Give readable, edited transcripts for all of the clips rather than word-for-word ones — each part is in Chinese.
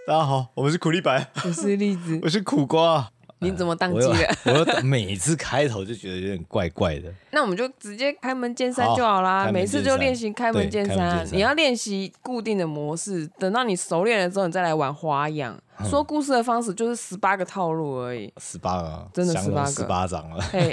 大家好，我们是苦力白， 我是栗子， 我是苦瓜。 你怎么宕机了？ 我每次开头就觉得有点怪怪的。 那我们就直接开门见山就好啦，每次就练习开门见山。你要练习固定的模式，等到你熟练了之后，你再来玩花样。说故事的方式就是18个套路而已。 18个， 真的18个 ，18张了。 嘿，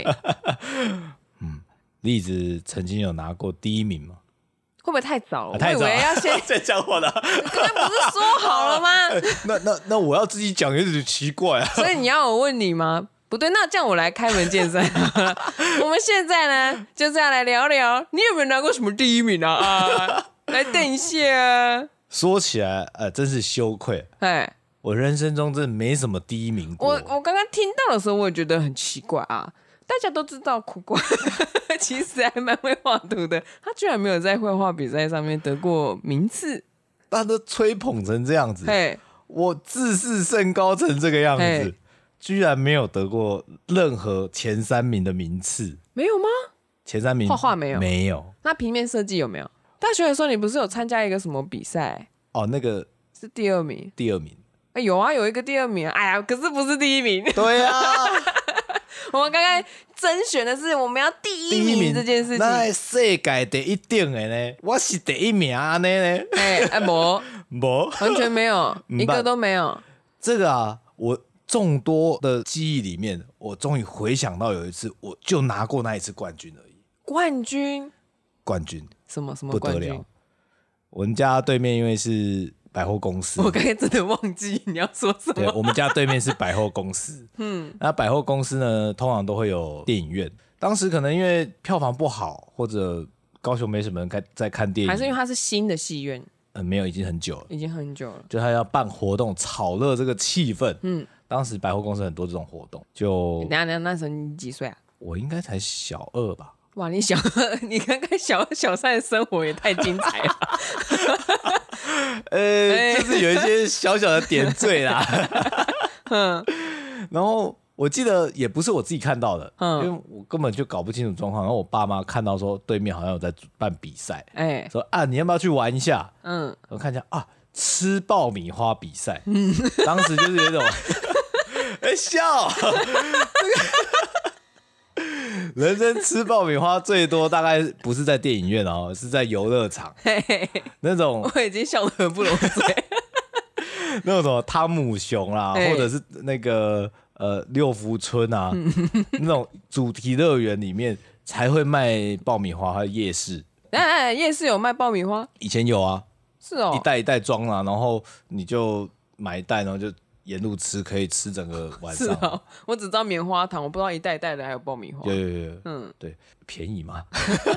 栗子曾经有拿过第1名吗？ 会不会太早了？ 太早了， 我以为要先在讲我的。 刚刚不是说好了吗？ 那我要自己讲有点奇怪啊。 所以你要我问你吗？不对，那这样我来开门见山。我们现在呢，就是要来聊聊，你有没有拿过什么第1名啊？来等一下啊。 说起来，真是羞愧。 哎， 我人生中真的没什么第1名过。 我刚刚听到的时候，我也觉得很奇怪啊。大家都知道苦瓜其实还蛮会画图的，他居然没有在绘画比赛上面得过名次。 他都吹捧成这样子， 嘿， 我自视甚高成这个样子，居然没有得过任何前3名的名次。 没有吗？ 前3名画画没有？ 没有。 那平面设计有没有？大学的时候你不是有参加一个什么比赛？ 哦，那个是第2名。 第2名。 有啊，有一个第2名。哎呀，可是不是第1名。 对啊。 我们刚刚甄选的是我们要第1名这件事情。 那世界第1等的呢？我是第1名安尼呢？没， 完全没有，一个都没有。 这个啊，我众多的记忆里面，我终于回想到有一次，我就拿过那一次冠军而已。 冠军？ 什么不得了？ 我们家对面因为是百货公司， 我刚才真的忘记你要说什么。 对，我们家对面是百货公司。那百货公司呢，通常都会有电影院。当时可能因为票房不好，或者高雄没什么人在看电影， 还是因为它是新的戏院？ 没有，已经很久了，就他要办活动，炒热这个气氛。当时百货公司很多这种活动。就等一下，那时候你几岁啊？ 我应该才小2吧。 哇，你刚刚小2的生活也太精彩了。 就是有一些小小的点缀啦。然后我记得也不是我自己看到的，因为我根本就搞不清楚状况。然后我爸妈看到说对面好像有在办比赛，说啊你要不要去玩一下？我看一下啊，吃爆米花比赛。当时就是有一种笑。人生吃爆米花最多大概不是在电影院哦，是在游乐场。那种我已经笑得合不拢嘴。 那种什么汤姆熊啦，或者是那个六福村啊，那种主题乐园里面才会卖爆米花，还有夜市。 夜市有卖爆米花？ 以前有啊， 是哦， 一袋一袋装啊，然后你就买一袋，然后就沿路吃，可以吃整个晚上。 是哦，我只知道棉花糖，我不知道一袋一袋的还有爆米花。 有，对，便宜嘛。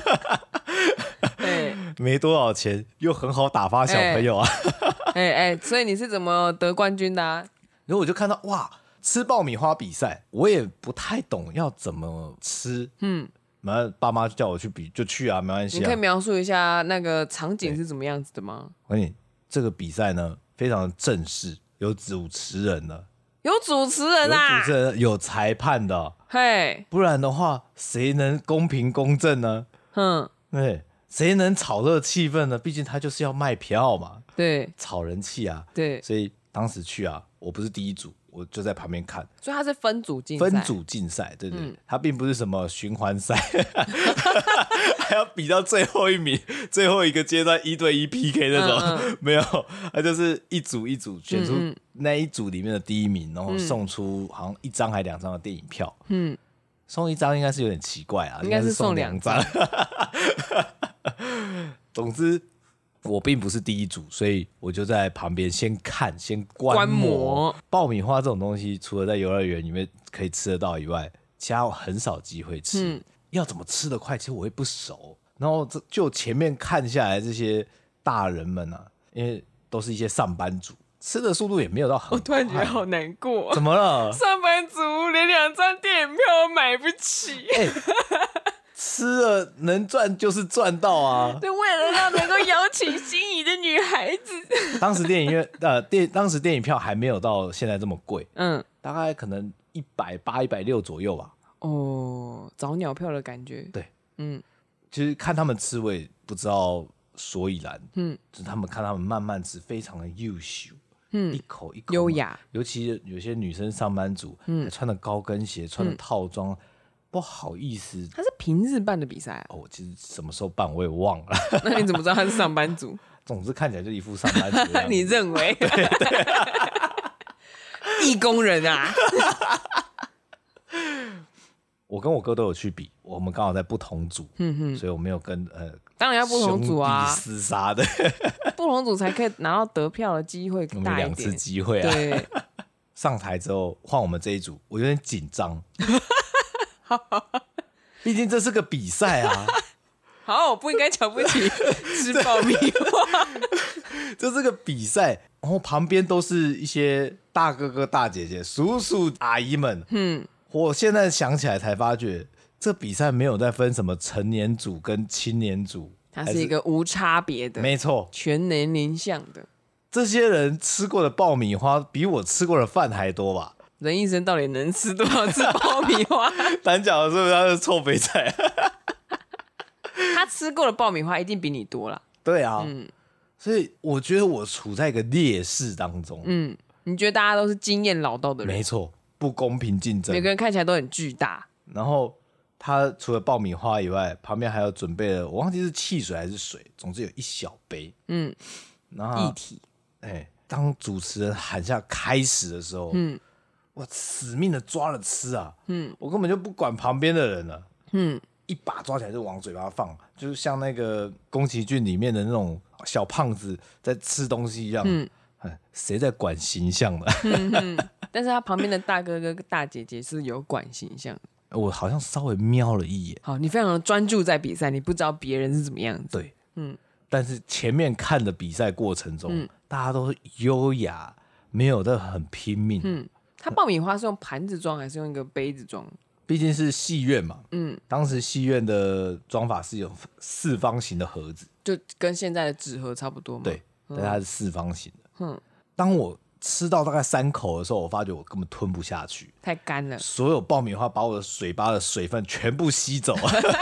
对， 没多少钱，又很好打发小朋友啊。 所以你是怎么得冠军的啊？ 然后我就看到哇，吃爆米花比赛，我也不太懂要怎么吃。然后爸妈就叫我去比，就去啊，没关系啊。 你可以描述一下那个场景是怎么样子的吗？ 我跟你，这个比赛呢非常的正式，有主持人的， 有主持人啊， 有主持人，有裁判的。不然的话，谁能公平公正呢？对，谁能炒热气氛呢？毕竟他就是要卖票嘛， 对， 炒人气啊， 对， 所以当时去啊，我不是第1组，我就在旁边看。 所以他是分组竞赛， 对，他并不是什么循环赛，还要比到最后1名，最后一个阶段1对1 PK 那种。没有，他就是一组一组选出那一组里面的第1名，然后送出好像1张还2张的电影票。送1张应该是有点奇怪啊， 应该是送2张。 总之，我并不是第1组，所以我就在旁边先看，先观摩。爆米花这种东西，除了在游乐园里面可以吃得到以外，其他我很少机会吃。要怎么吃得快，其实我也不熟。然后就前面看下来，这些大人们啊，因为都是一些上班族，吃的速度也没有到很快。 我突然觉得好难过。 怎么了？ 上班族连2张电影票都买不起。 吃了能赚就是赚到啊！ 对，为了让能够邀请心仪的女孩子。 当时电影票还没有到现在这么贵，大概可能180、160左右吧。 早鸟票的感觉。 对，其实看他们吃，我也不知道所以然。就是他们看他们慢慢吃，非常的优秀。 一口一口优雅。 尤其有些女生上班族，穿的高跟鞋，穿的套装，不好意思。 他是平日办的比赛啊？ 哦，其实什么时候办我也忘了。 那你怎么知道他是上班族？ 总之看起来就一副上班族的样子。 你认为？对，义工人啊。 我跟我哥都有去比，我们刚好在不同组，所以我没有跟当然要不同组啊， 兄弟厮杀的， 不同组才可以拿到得票的机会大一点。 我们2次机会啊。 对， 上台之后换我们这一组，我有点紧张，毕竟这是个比赛啊。 好，我不应该瞧不起吃爆米花。 这是个比赛，然后旁边都是一些大哥哥、大姐姐、叔叔、阿姨们。我现在想起来才发觉，这比赛没有在分什么成年组跟青年组， 它是一个无差别的， 没错， 全年龄向的。 这些人吃过的爆米花比我吃过的饭还多吧？ 人一生到底能吃多少次爆米花？ 单讲的是不是他是臭肥仔？ 他吃过的爆米花一定比你多啦。 对啊，所以我觉得我处在一个劣势当中。 你觉得大家都是经验老道的人？ 没错，不公平竞争， 每个人看起来都很巨大。 然后他除了爆米花以外，旁边还有准备了，我忘记是汽水还是水，总之有一小杯。然后液体。 当主持人喊下开始的时候，我死命的抓了吃啊，我根本就不管旁边的人了，一把抓起来就往嘴巴放，就是像那个宫崎骏里面的那种小胖子在吃东西一样，谁在管形象的？ 但是他旁边的大哥哥、大姐姐是有管形象的。 我好像稍微瞄了一眼。 好，你非常的专注在比赛，你不知道别人是怎么样子。 对，但是前面看的比赛过程中，大家都优雅，没有的很拼命。 他爆米花是用盘子装还是用一个杯子装？ 毕竟是戏院嘛，当时戏院的装法是有4方形的盒子， 就跟现在的纸盒差不多嘛。 对，但它是4方形的。当我吃到大概3口的时候，我发觉我根本吞不下去， 太干了， 所有爆米花把我的嘴巴的水分全部吸走。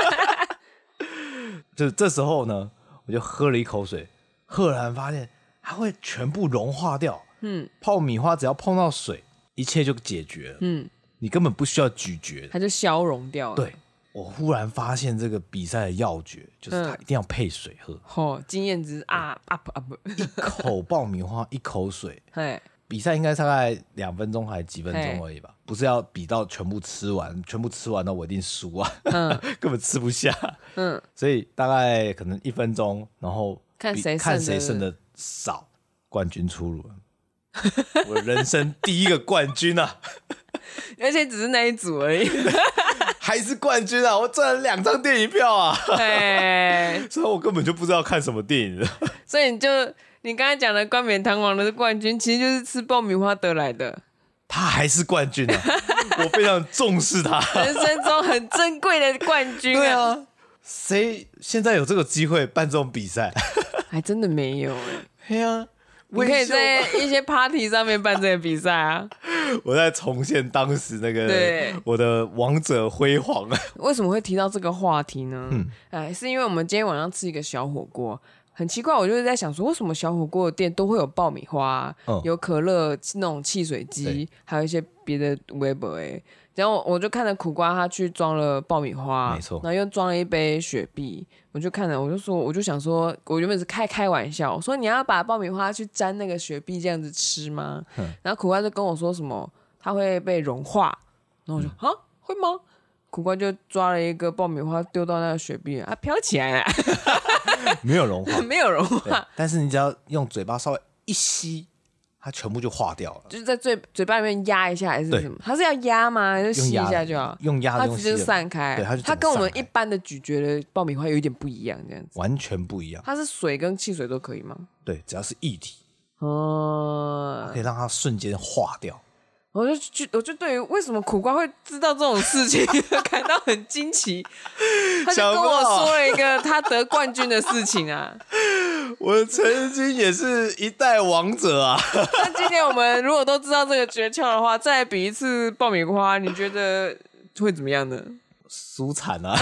就这时候呢，我就喝了一口水，赫然发现它会全部融化掉。爆米花只要碰到水，一切就解决了。你根本不需要咀嚼， 它就消融掉了。 对，我忽然发现这个比赛的要诀就是它一定要配水喝。 经验值up， 一口爆米花，一口水。比赛应该大概2分钟还几分钟而已吧，不是要比到全部吃完，全部吃完那我一定输啊，根本吃不下。所以大概可能1分钟，然后看谁剩的少，冠军出炉了。我人生第一个冠军啊！ 而且只是那一组而已， 还是冠军啊！我赚了2张电影票啊！所以我根本就不知道看什么电影了。 所以你刚才讲的冠冕堂皇的冠军，其实就是吃爆米花得来的。 他还是冠军啊！我非常重视他， 人生中很珍贵的冠军。 对啊，谁现在有这个机会办这种比赛？ 还真的没有对啊。 你可以在一些 party 上面办这个比赛啊！ 我在重现当时那个我的王者辉煌。 为什么会提到这个话题呢？是因为我们今天晚上吃一个小火锅，很奇怪，我就是在想说，为什么小火锅的店都会有爆米花、有可乐那种汽水机，还有一些别的微博然后我就看着苦瓜他去装了爆米花， 没错， 然后又装了一杯雪碧，我就看了，我就想说，我原本是开玩笑，我说你要把爆米花去沾那个雪碧这样子吃吗？然后苦瓜就跟我说什么它会被融化，然后我就会吗？苦瓜就抓了一个爆米花丢到那个雪碧飘起来了。 没有融化， 没有融化， 但是你只要用嘴巴稍微一吸，它全部就化掉了。 就是在嘴巴里面压一下还是什么？它是要压吗？还是吸一下就好？ 用压的， 它直接散开。 对， 它跟我们一般的咀嚼的爆米花有一点不一样，这样子。 完全不一样。 它是水跟汽水都可以吗？ 对，只要是液体，可以让它瞬间化掉。 我就对于为什么苦瓜会知道这种事情感到很惊奇。他就跟我说了一个他得冠军的事情啊。 我曾经也是一代王者啊。 那今天我们如果都知道这个诀窍的话，再比一次爆米花，你觉得会怎么样呢？ 输惨啊。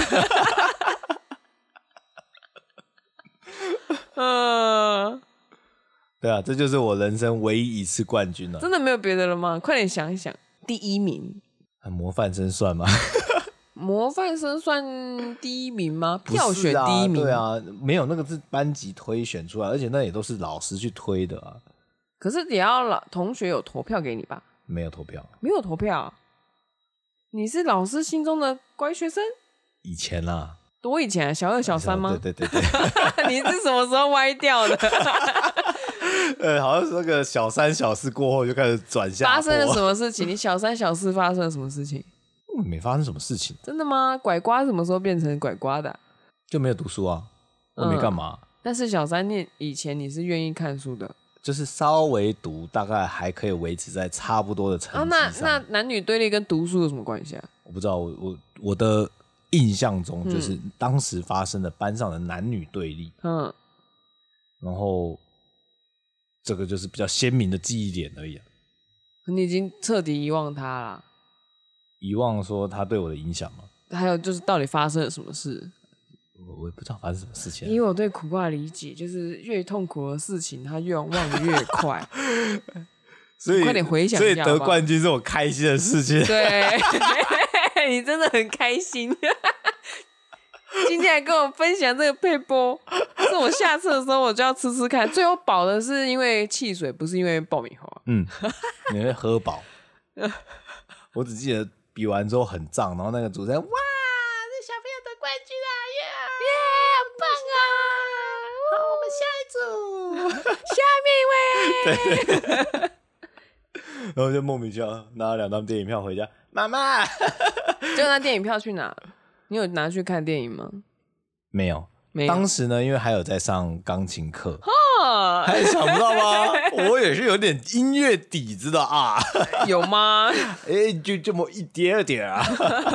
对啊，这就是我人生唯一一次冠军了。 真的没有别的了吗？快点想一想，第1名。 模范生算吗？ 模范生算第1名吗？ 不是啊， 票选第1名。 对啊，没有，那个是班级推选出来，而且那也都是老师去推的啊。 可是也要同学有投票给你吧？ 没有投票， 没有投票。你是老师心中的乖学生？ 以前啦。 多以前啊？小2、小3吗？ 对。 你是什么时候歪掉的？ 好像是那个小3、小4过后就开始转下坡。 发生了什么事情？你小3、小4发生了什么事情？ 没发生什么事情。 真的吗？拐瓜什么时候变成拐瓜的？ 就没有读书啊，我没干嘛。 但是小3念以前你是愿意看书的， 就是稍微读，大概还可以维持在差不多的成绩上。 那男女对立跟读书有什么关系啊？ 我不知道，我的印象中就是当时发生的班上的男女对立，然后这个就是比较鲜明的记忆点而已。 你已经彻底遗忘他了。 遗忘说他对我的影响吗？ 还有就是到底发生了什么事？ 我也不知道发生什么事情。 因为我对苦瓜的理解就是越痛苦的事情他越忘得越快。 所以快点回想一下好不好， 所以得冠军是我开心的事情。 对。你真的很开心。今天来跟我分享这个配波，是我下次的时候我就要吃吃看。最后饱的是因为汽水，不是因为爆米花。 你会喝饱。我只记得比完之后很胀，然后那个主持人哇，这小朋友得冠军啊，耶，很棒啊！好，我们下一组，下面一位。对。然后就莫名其妙拿了2张电影票回家，妈妈。 就那电影票去哪？你有拿去看电影吗？ 没有。当时呢，因为还有在上钢琴课，还想不到吗？我也是有点音乐底子的啊。 有吗？ 就这么一点点啊。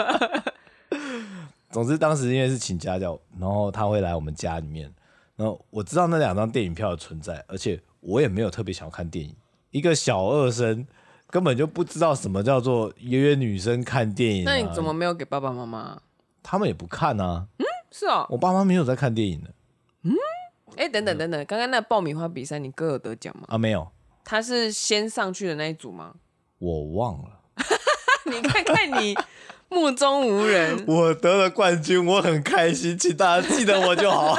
总之当时因为是请家教，然后他会来我们家里面，然后我知道那2张电影票的存在，而且我也没有特别想要看电影。一个小2生根本就不知道什么叫做约女生看电影。 那你怎么没有给爸爸妈妈？ 他们也不看啊。 是哦， 我爸妈没有在看电影的。 等等，刚刚那爆米花比赛，你哥有得奖吗？ 没有。 他是先上去的那一组吗？ 我忘了。 你看看你目中无人。 我得了冠军，我很开心，请大家记得我就好。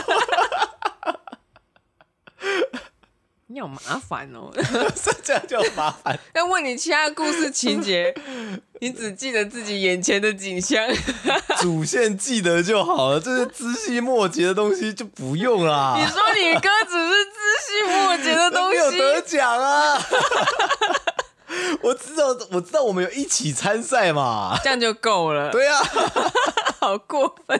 你好麻烦哦。 这样就麻烦。 要问你其他的故事情节，你只记得自己眼前的景象。 主线记得就好了，这些枝细末节的东西就不用啦。 你说你哥只是枝细末节的东西， 没有得奖啊。我知道我们有一起参赛嘛， 这样就够了。 对啊。 好过分。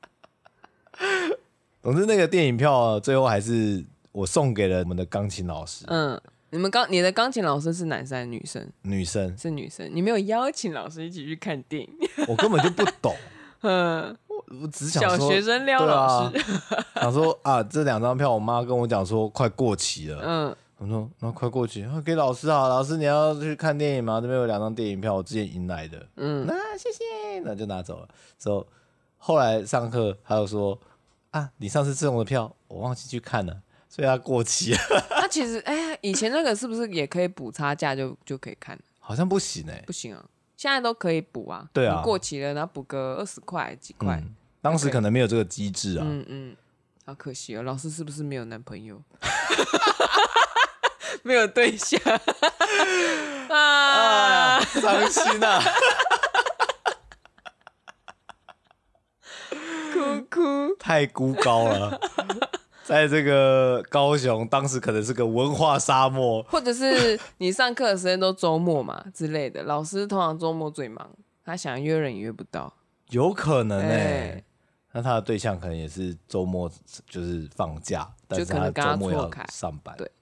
总之那个电影票最后还是我送给了我们的钢琴老师。 你的钢琴老师是男生还是女生？ 女生。 是女生。你没有邀请老师一起去看电影？ 我根本就不懂。我只想说小学生撩老师。 想说啊，这2张票我妈跟我讲说快过期了。我说那快过期，给老师好，老师你要去看电影吗？这边有2张电影票，我之前赢来的。那谢谢，那就拿走了。之后后来上课他又说啊，你上次送的票我忘记去看了，所以它过期了。 那其实以前那个是不是也可以补差价就可以看？ 好像不行不行啊，现在都可以补啊。 对啊， 你过期了，然后补个20块几块。 当时可能没有这个机制啊。 好可惜哦，老师是不是没有男朋友？没有对象。 伤心啊。 哭， 太孤高了。在这个高雄，当时可能是个文化沙漠， 或者是你上课的时间都周末嘛之类的，老师通常周末最忙，他想约人也约不到， 有可能那他的对象可能也是周末就是放假，但是他周末要上班。 对。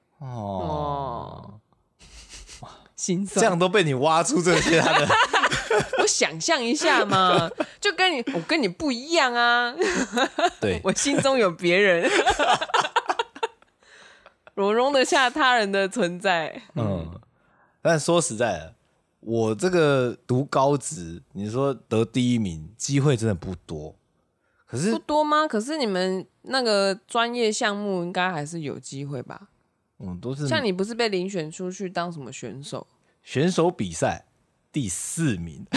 心酸， 这样都被你挖出这些他的。 我想象一下嘛，就我跟你不一样啊。 对， 我心中有别人。我容得下他人的存在。 但说实在的，我这个读高职，你说得第1名，机会真的不多。可是不多吗？可是你们那个专业项目应该还是有机会吧？ 都是像你不是被遴选出去当什么选手？ 选手比赛第4名，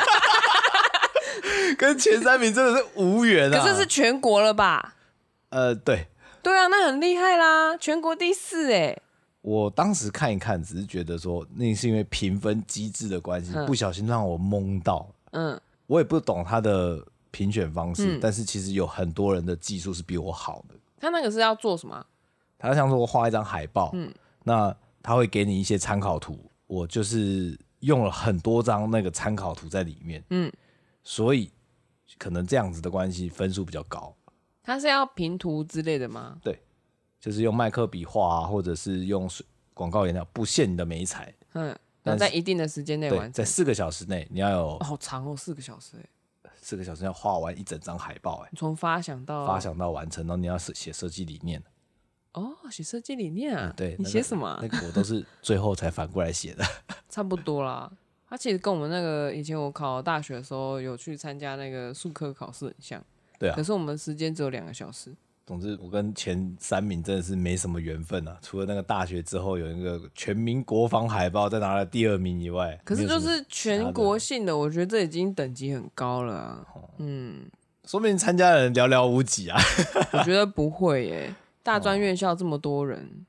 跟前3名真的是无缘啊。 可是是全国了吧？ 对。 对啊，那很厉害啦，全国第4哎。 我当时看一看，只是觉得说，那是因为评分机制的关系，不小心让我懵到。我也不懂他的评选方式，但是其实有很多人的技术是比我好的。 他那个是要做什么？ 他像说画一张海报，那他会给你一些参考图，我就是用了很多张那个参考图在里面，所以可能这样子的关系分数比较高。 他是要评图之类的吗？ 对，就是用麦克笔画啊，或者是用广告颜料，不限你的媒材， 然后在一定的时间内完成， 在4个小时内你要有， 好长哦，4个小时 4个小时要画完一整张海报， 从发想到完成，然后你要写设计理念。 写设计理念啊？ 对， 你写什么啊？ 那个我都是最后才反过来写的。 差不多啦。他其实跟我们那个以前我考大学的时候有去参加那个术科考试很像。 对啊。 可是我们时间只有2个小时。 总之，我跟前3名真的是没什么缘分啊。除了那个大学之后有一个全民国防海报，再拿了第2名以外， 可是就是全国性的，我觉得这已经等级很高了啊。 说明参加的人寥寥无几啊。 我觉得不会耶，大专院校这么多人，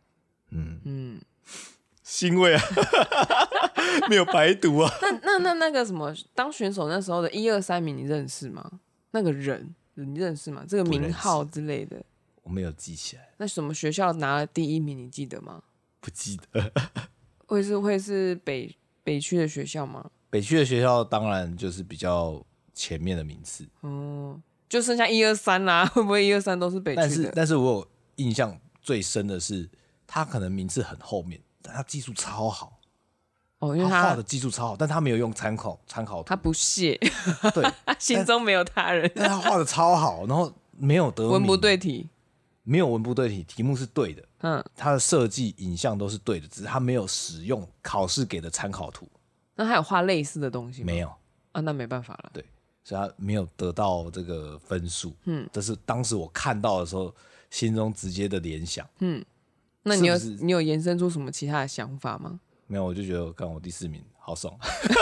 欣慰啊，没有白读啊。 那个什么，当选手那时候的1、2、3名，你认识吗？那个人你认识吗？这个名号之类的， 我没有记起来。 那什么学校拿了第1名，你记得吗？ 不记得。 会是北区的学校吗？ 北区的学校当然就是比较前面的名次。 就剩下1、2、3啦，会不会1、2、3都是北区的？ 但是我有印象最深的是，他可能名次很后面，但他技术超好。因为他画的技术超好，但他没有用参考图， 他不屑， 对， 他心中没有他人。 但他画的超好，然后没有得名， 文不对题， 没有文不对题，题目是对的，他的设计影像都是对的，只是他没有使用考试给的参考图。 那他有画类似的东西吗？ 没有啊，那没办法了。 对，所以他没有得到这个分数。这是当时我看到的时候心中直接的联想。 那你有延伸出什么其他的想法吗？ 没有，我就觉得看我第4名好爽。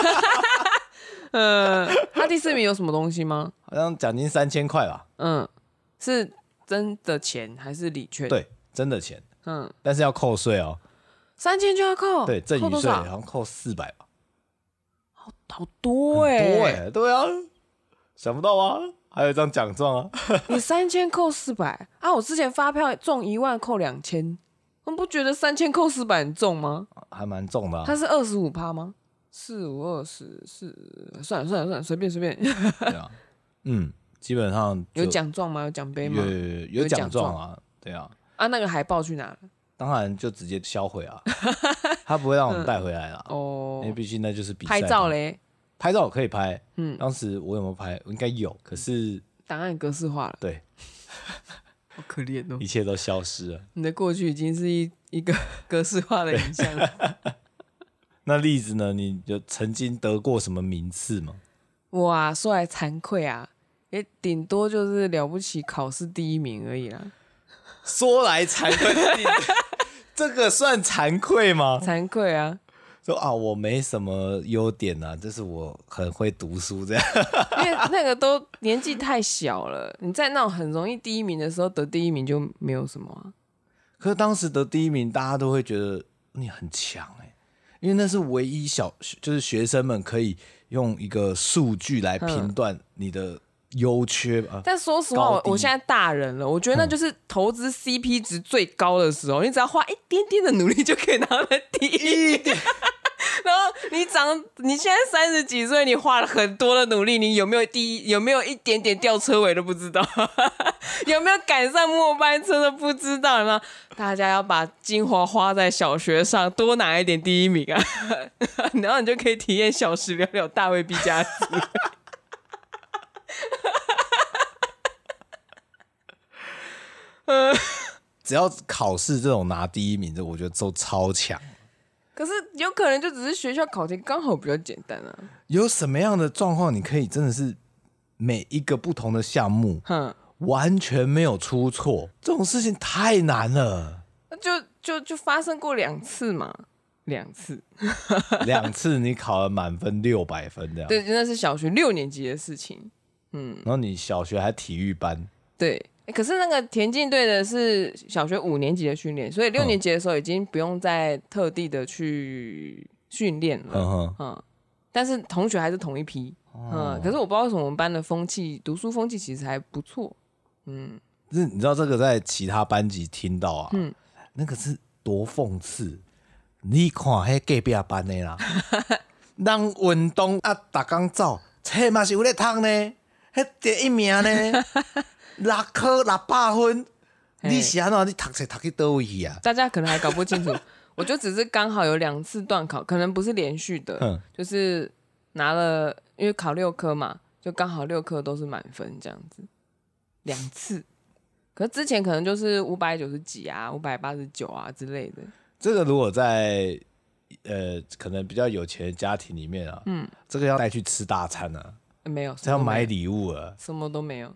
他第4名有什么东西吗？ 好像奖金3000块吧。 是真的钱还是礼券？ 对，真的钱。但是要扣税哦。 3000就要扣？ 对，赠与税好像扣400吧。 好多哎、 很多哎，对啊，想不到啊，还有一张奖状啊。 你3000扣400啊？我之前发票中1万扣2000。我不觉得3000扣400很重吗？ 还蛮重的。 它是25%吗？4、5、20、4，算了，随便。 对啊，基本上有奖状吗？有奖杯吗？ 有奖状啊，对啊。 那个海报去哪了？ 当然就直接销毁啊，他不会让我们带回来啦。因为毕竟那就是比赛。 拍照嘞？ 拍照可以拍。当时我有没有拍？我应该有，可是档案格式化了。 对。 好可怜哦， 一切都消失了。 你的过去已经是一个格式化的影像了。 那栗子呢？你有曾经得过什么名次吗？ 我啊，说来惭愧啊，也顶多就是了不起考试第1名而已啦。 说来惭愧，这个算惭愧吗？ 惭愧啊。 说啊，我没什么优点啊，就是我很会读书这样。 因为那个都年纪太小了，你在那种很容易第1名的时候得第1名就没有什么啊。 可是当时得第1名，大家都会觉得你很强因为那是唯一就是学生们可以用一个数据来评断你的优缺吧。 但说实话，我现在大人了，我觉得那就是投资 CP 值最高的时候，你只要花一点点的努力就可以拿到第1名。然后你现在30几岁，你花了很多的努力，你有没有一点点掉车尾都不知道，有没有赶上末班车都不知道吗？大家要把精华花在小学上，多拿一点第1名啊，然后你就可以体验小时了了，大未必佳绩。 只要考试这种拿第1名，这我觉得都超强。 可是有可能就只是学校考题刚好比较简单啊。 有什么样的状况你可以真的是每一个不同的项目完全没有出错？这种事情太难了。 就就发生过2次嘛，2次 2次你考了满分600分这样。 对，那是小学6年级的事情。 然后你小学还体育班。 对，可是那个田径队的是小学5年级的训练，所以6年级的时候已经不用再特地的去训练了。但是同学还是同一批。可是我不知道为什么我们班的风气，读书风气其实还不错。 你知道这个在其他班级听到啊，那个是多讽刺。你看迄隔壁班的啦，人运动啊，逐工走，册嘛是有咧读呢，迄第1名呢，6科600分，你是安怎？你读册读去倒位去啊？ 大家可能还搞不清楚，我就只是刚好有2次段考，可能不是连续的，就是拿了，因为考6科嘛，就刚好6科都是满分这样子，2次。可是之前可能就是590几啊，589啊之类的。 这个如果在可能比较有钱的家庭里面啊，这个要带去吃大餐啊， 没有， 这要买礼物啊， 什么都没有。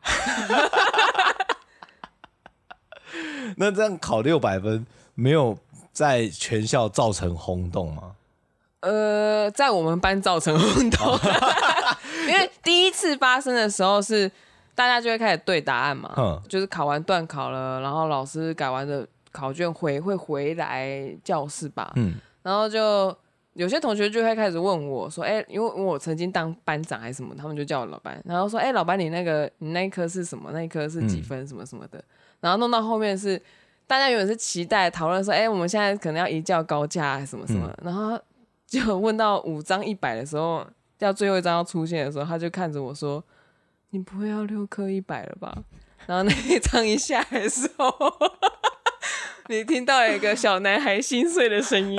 那这样考600分，没有在全校造成轰动吗？ 在我们班造成轰动，因为第1次发生的时候是大家就会开始对答案嘛，就是考完段考了，然后老师改完的考卷会回来教室吧，然后就有些同学就会开始问我说，因为我曾经当班长还是什么，他们就叫我老班，然后说，老班你那一科是什么？那一科是几分？什么什么的，然后弄到后面是大家原本是期待讨论说，我们现在可能要一较高下还是什么什么，然后就问到5张100的时候，要最后一张要出现的时候，他就看着我说，你不会要6科100了吧？然后那一张一下来的时候，你听到有一个小男孩心碎的声音。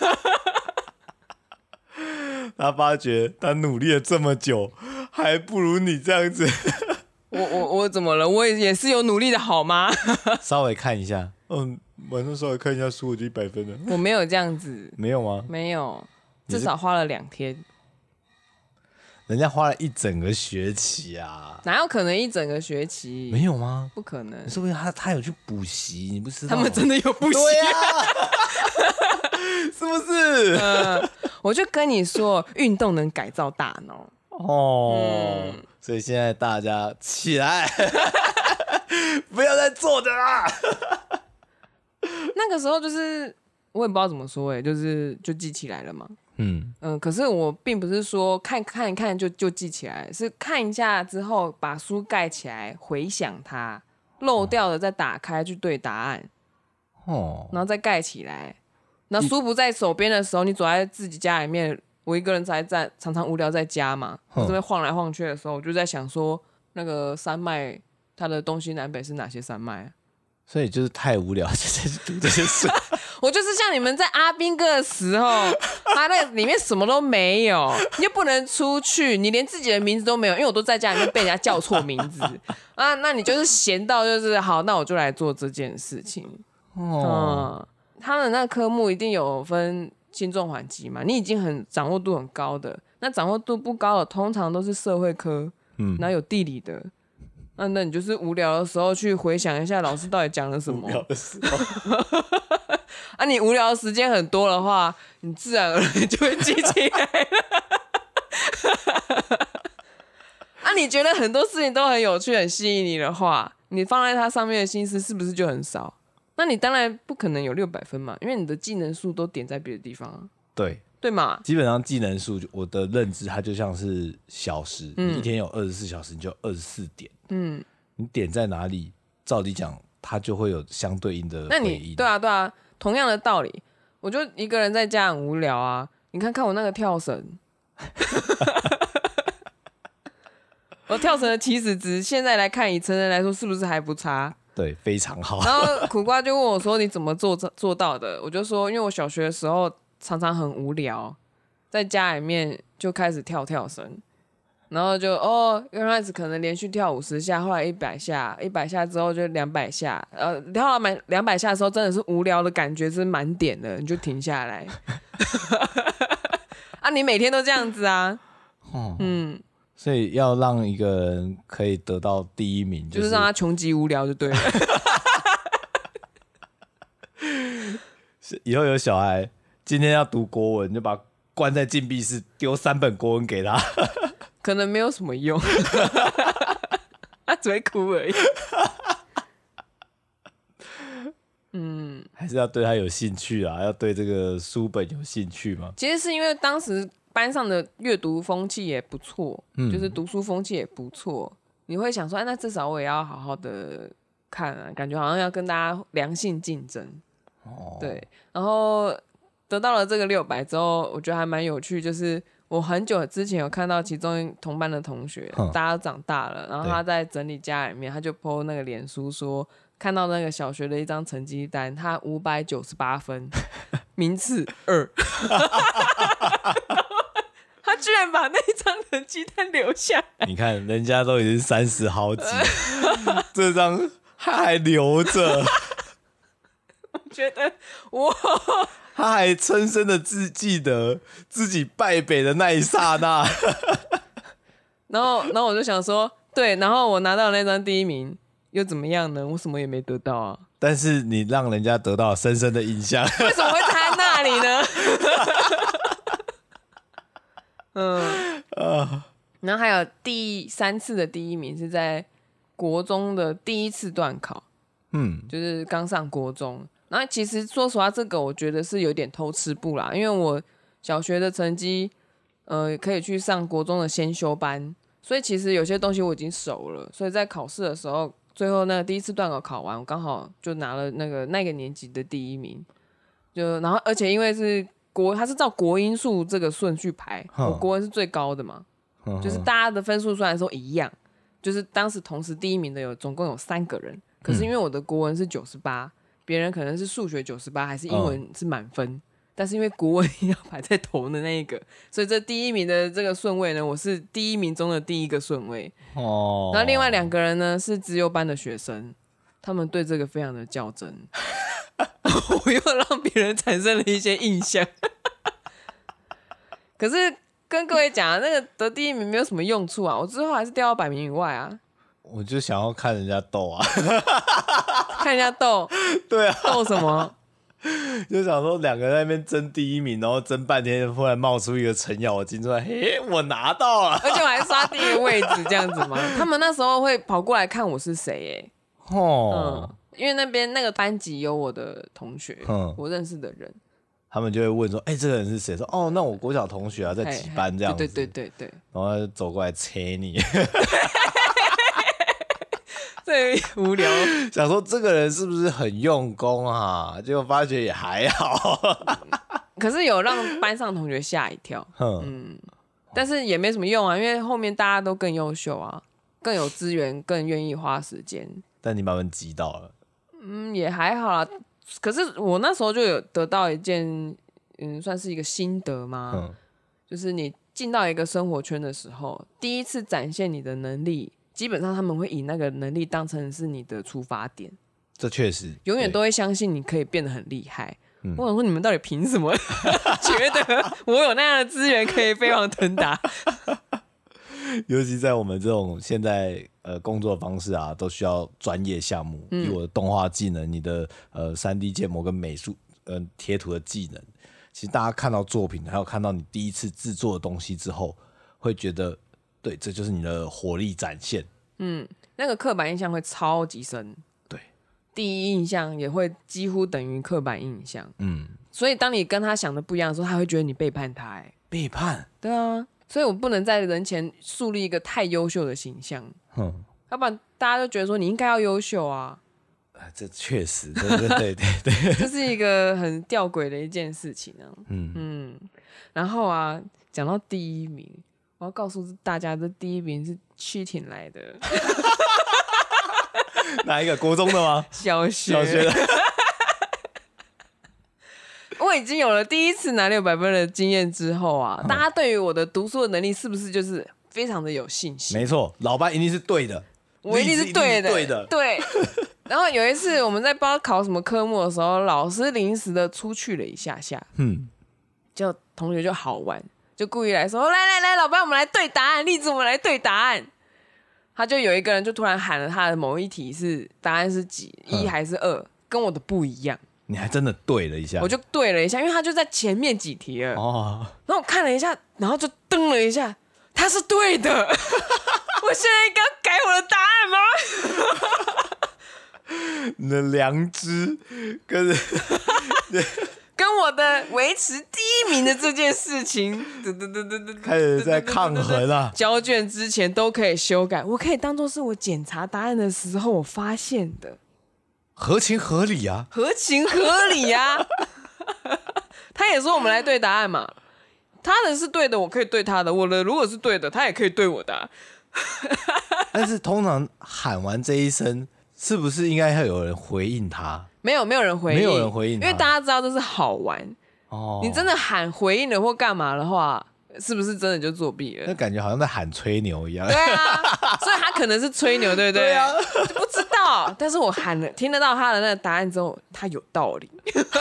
他发觉他努力了这么久，还不如你这样子。 我怎么了？我也是有努力的好吗？ 稍微看一下，晚上稍微看一下书，我就100分了。 我没有这样子。 没有吗？ 没有，至少花了2天。 人家花了1整个学期啊！ 哪有可能1整个学期？ 没有吗？ 不可能。 说不定他有去补习，你不知道？ 他们真的有补习啊？是不是？ 我就跟你说，运动能改造大脑。 所以现在大家起来，不要再坐着啦。 那个时候就是我也不知道怎么说，就记起来了嘛。可是我并不是说看一看就记起来，是看一下之后把书盖起来，回想它漏掉的再打开去对答案，然后再盖起来。那书不在手边的时候，你走在自己家里面，我一个人才在，常常无聊在家嘛，这边晃来晃去的时候，我就在想说，那个山脉它的东西南北是哪些山脉啊？ 所以就是太无聊，就读这些书。 我就是像你们在阿兵哥的时候，他那里面什么都没有，你又不能出去，你连自己的名字都没有，因为我都在家里面被人家叫错名字啊，那你就是闲到就是好，那我就来做这件事情。他们那科目一定有分轻重缓急嘛，你已经很掌握度很高的，那掌握度不高的通常都是社会科，然后有地理的。那你就是无聊的时候去回想一下老师到底讲了什么。 无聊的时候啊，你无聊的时间很多的话，你自然而然就会记起来了。啊，你觉得很多事情都很有趣、很吸引你的话，你放在它上面的心思是不是就很少？那你当然不可能有600分嘛，因为你的技能数都点在别的地方啊。 对嘛？ 基本上技能数，我的认知它就像是小时，你一天有24小时，你就24点。你点在哪里，照理讲，它就会有相对应的回应。 对啊，同样的道理，我就一个人在家很无聊啊。你看我那个跳绳，我跳绳的起始值，现在来看以成人来说是不是还不差？ 对，非常好。 然后苦瓜就问我说：“你怎么做到的？”我就说：“因为我小学的时候常常很无聊，在家里面就开始跳绳，然后就刚开始可能连续跳50下，后来100下，100下之后就200下，跳到200下的时候真的是无聊的感觉是满点的，你就停下来。啊，你每天都这样子啊？ 所以要让一个人可以得到第1名， 就是让他穷极无聊就对了。 以后有小孩今天要读国文，就把他关在禁闭室，丢3本国文给他， 可能没有什么用，他只会哭而已。 还是要对他有兴趣啊，要对这个书本有兴趣嘛。 其实是因为当时班上的阅读风气也不错，就是读书风气也不错，你会想说，那至少我也要好好的看啊，感觉好像要跟大家良性竞争。对，然后得到了这个600之后，我觉得还蛮有趣，就是我很久之前有看到其中同班的同学，大家都长大了，然后他在整理家里面，他就 po 那个脸书说，看到那个小学的一张成绩单，他598分，名次2，他居然把那张成绩单留下来。 你看，人家都已经30好几，这张他还留着。 我觉得哇， 他还深深的记得自己败北的那一刹那。 然后我就想说，对，然后我拿到那张第1名又怎么样呢？我什么也没得到啊。 但是你让人家得到深深的印象。 为什么会在那里呢？然后还有第3次的第1名是在国中的第1次段考，就是刚上国中。然后其实说实话，这个我觉得是有点偷吃步啦，因为我小学的成绩，可以去上国中的先修班，所以其实有些东西我已经熟了，所以在考试的时候，最后那个第1次段考考完，我刚好就拿了那个年级的第1名。然后而且因为是它是照国英数这个顺序排，我国文是最高的嘛，就是大家的分数虽然说一样，就是当时同时第1名的总共有3个人，可是因为我的国文是98，别人可能是数学98，还是英文是满分，但是因为国文要排在头的那一个，所以这第1名的这个顺位呢，我是第1名中的第1个顺位。然后另外2个人呢是资优班的学生，他们对这个非常的较真。我又让别人产生了一些印象。可是跟各位讲，那个得第1名没有什么用处啊，我之后还是掉到100名以外啊。 我就想要看人家斗啊。 看人家斗。 对啊， 斗什么？ 就想说2个人在那边争第1名，然后争半天，忽然冒出一个程咬金出来，嘿，我拿到了， 而且我还刷第1个位置，这样子吗？他们那时候会跑过来看我是谁，因为那边那个班级有我的同学，我认识的人， 他们就会问说，这个人是谁？说哦，那我国小同学啊，在几班这样子。 对， 然后他就走过来切你。 最无聊， 想说这个人是不是很用功啊？结果发觉也还好。 可是有让班上同学吓一跳。但是也没什么用啊，因为后面大家都更优秀啊，更有资源，更愿意花时间。 但你把他们击到了。 也还好啦。可是我那时候就有得到一件，算是一个心得嘛，就是你进到一个生活圈的时候，第一次展现你的能力，基本上他们会以那个能力当成是你的出发点。 这确实， 永远都会相信你可以变得很厉害。我想说，你们到底凭什么觉得我有那样的资源可以飞黄腾达？ 尤其在我们这种现在工作方式啊，都需要专业项目。以我的动画技能，你的3D 建模跟美术贴图的技能，其实大家看到作品，还有看到你第一次制作的东西之后，会觉得对，这就是你的火力展现。 那个刻板印象会超级深。 对， 第一印象也会几乎等于刻板印象。所以当你跟他想的不一样的时候，他会觉得你背叛他。 背叛？ 对啊。所以我不能在人前树立一个太优秀的形象，要不然大家就觉得说你应该要优秀啊。 这确实，对， 这是一个很吊诡的一件事情啊。然后啊，讲到第一名，我要告诉大家，这第一名是cheating来的。 哪一个？国中的吗？ 小学的。我已经有了第一次拿600分的经验之后啊，大家对于我的读书的能力是不是就是非常的有信心？ 没错，老班一定是对的， 我一定是对的，对。然后有一次我们在不知道考什么科目的时候，老师临时的出去了一下下，就同学就好玩，就故意来说来，老班我们来对答案，例子我们来对答案。他就有一个人就突然喊了他的某一题是答案是几，1还是2，跟我的不一样。 你还真的对了一下， 我就对了一下，因为他就在前面几题了。 哦， 然后我看了一下，然后就噔了一下，他是对的。我现在应该改我的答案吗？你的良知跟我的维持第一名的这件事情， 开始在抗衡啊！ 交卷之前都可以修改，我可以当做是我检查答案的时候我发现的。 合情合理啊， 合情合理啊。他也说我们来对答案嘛，他的是对的，我可以对他的；我的如果是对的，他也可以对我的啊。 但是通常喊完这一声，是不是应该要有人回应他？ 没有人回应， 没有人回应， 因为大家知道这是好玩。哦，你真的喊回应了或干嘛的话，是不是真的就作弊了？ 那感觉好像在喊吹牛一样。 对啊，所以他可能是吹牛，对不对？对啊，就不知道。但是我喊了，听得到他的那个答案之后，他有道理，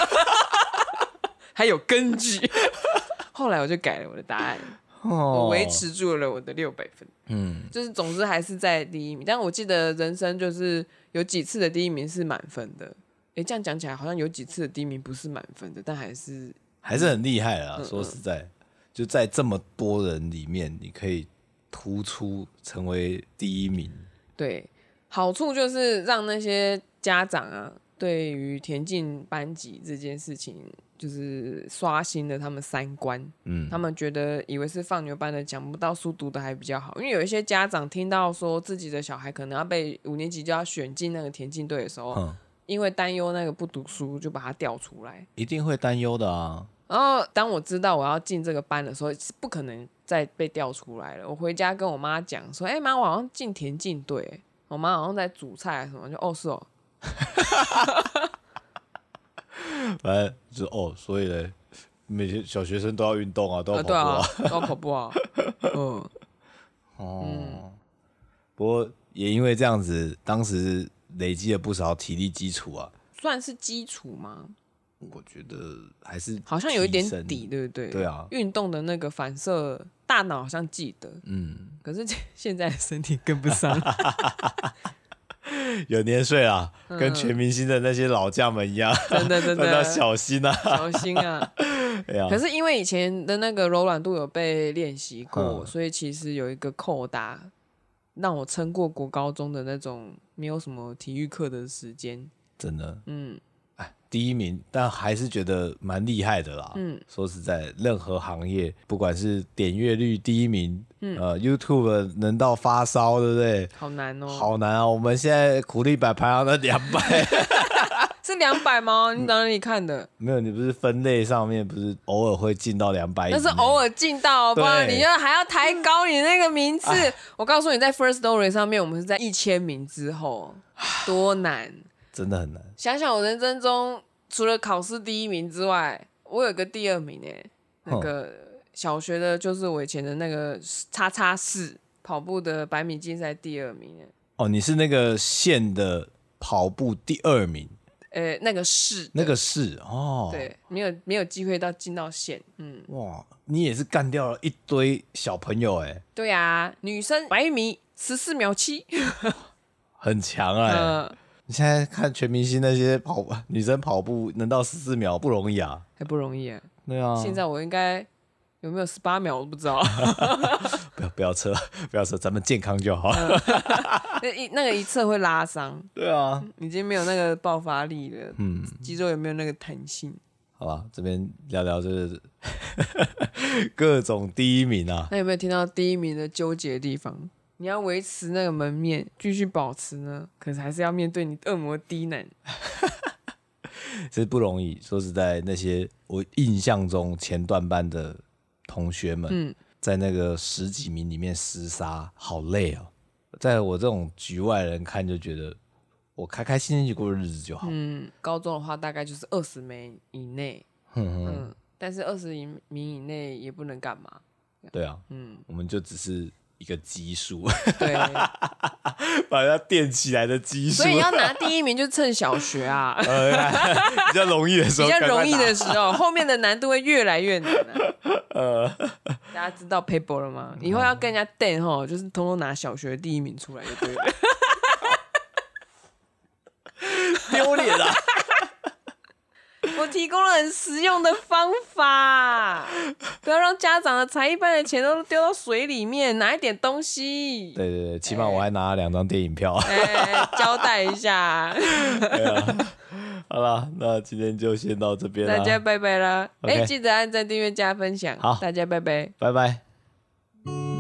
还有根据。后来我就改了我的答案，我维持住了我的600分。就是总之还是在第一名。但我记得人生就是有几次的第一名是满分的。这样讲起来好像有几次的第一名不是满分的，但还是很厉害啦。说实在，就在这么多人里面，你可以突出成为第一名。 对，好处就是让那些家长啊，对于田径班级这件事情，就是刷新了他们3观。他们觉得以为是放牛班的，讲不到书读的还比较好。因为有一些家长听到说自己的小孩可能要被5年级就要选进那个田径队的时候，因为担忧那个不读书，就把他调出来。 一定会担忧的啊。 然后当我知道我要进这个班的时候，是不可能再被调出来了。我回家跟我妈讲说：“妈，我好像进田径队。”我妈好像在煮菜什么，就是哦。 反正就所以呢，每天小学生都要运动啊，都要跑步啊， 都要跑步啊。 不过也因为这样子，当时累积了不少体力基础啊， 算是基础吗？ 我觉得还是好像有一点底，对不对？ 对啊， 运动的那个反射，大脑好像记得，可是现在的身体跟不上。 有年岁啦，跟全明星的那些老将们一样， 真的要小心啊， 小心啊！可是因为以前的那个柔软度有被练习过，所以其实有一个扣打，让我撑过国高中的那种没有什么体育课的时间。 真的，第一名，但还是觉得蛮厉害的啦。说实在，任何行业，不管是点阅率第一名，YouTube 能到发烧，对不对？ 好难哦， 好难啊！我们现在苦力白排行的200， 是200吗？你哪里看的？ 没有，你不是分类上面不是偶尔会进到200？ 那是偶尔进到，不然你还要抬高你那个名次。我告诉你，在 First Story 上面，我们是在1000名之后，多难。 真的很难。 想想我人生中除了考试第一名之外，我有个第2名那个小学的，就是我以前的那个叉叉4跑步的100米竞赛第2名。 你是那个县的跑步第2名？ 那个市哦， 对，没有机会进到县。 哇，你也是干掉了一堆小朋友对啊，女生100米14秒7， 很强你现在看全明星那些女生跑步能到14秒不容易啊， 还不容易啊。 对啊， 现在我应该有没有18秒我不知道。 不要测，咱们健康就好。 那个一测会拉伤。 对啊， 已经没有那个爆发力了。肌肉有没有那个弹性？ 好吧，这边聊聊就是各种第一名啊。 那有没有听到第一名的纠结的地方？你要维持那个门面，继续保持呢，可是还是要面对你恶魔低能， 这不容易。说实在，那些我印象中前段班的同学们，在那个10几名里面厮杀，好累哦。在我这种局外人看，就觉得我开开心心去过日子就好。 高中的话大概就是20名以内，但是20名以内也不能干嘛。 对啊，我们就只是一个基数， 对， 把它垫起来的基数。 所以要拿第一名就趁小学啊， 比较容易的时候， 后面的难度会越来越难大家知道 paper 了吗？以后要跟人家垫就是通通拿小学第一名出来就对了， 丢脸啊！ 提供了很实用的方法，不要让家长的才艺班的钱都丢到水里面，拿一点东西。 对对对，起码我还拿了2张电影票。 交代一下。 好了，那今天就先到这边了， 大家拜拜啦！ Okay 记得按赞、订阅、加分享。 好， 大家拜拜， 拜拜。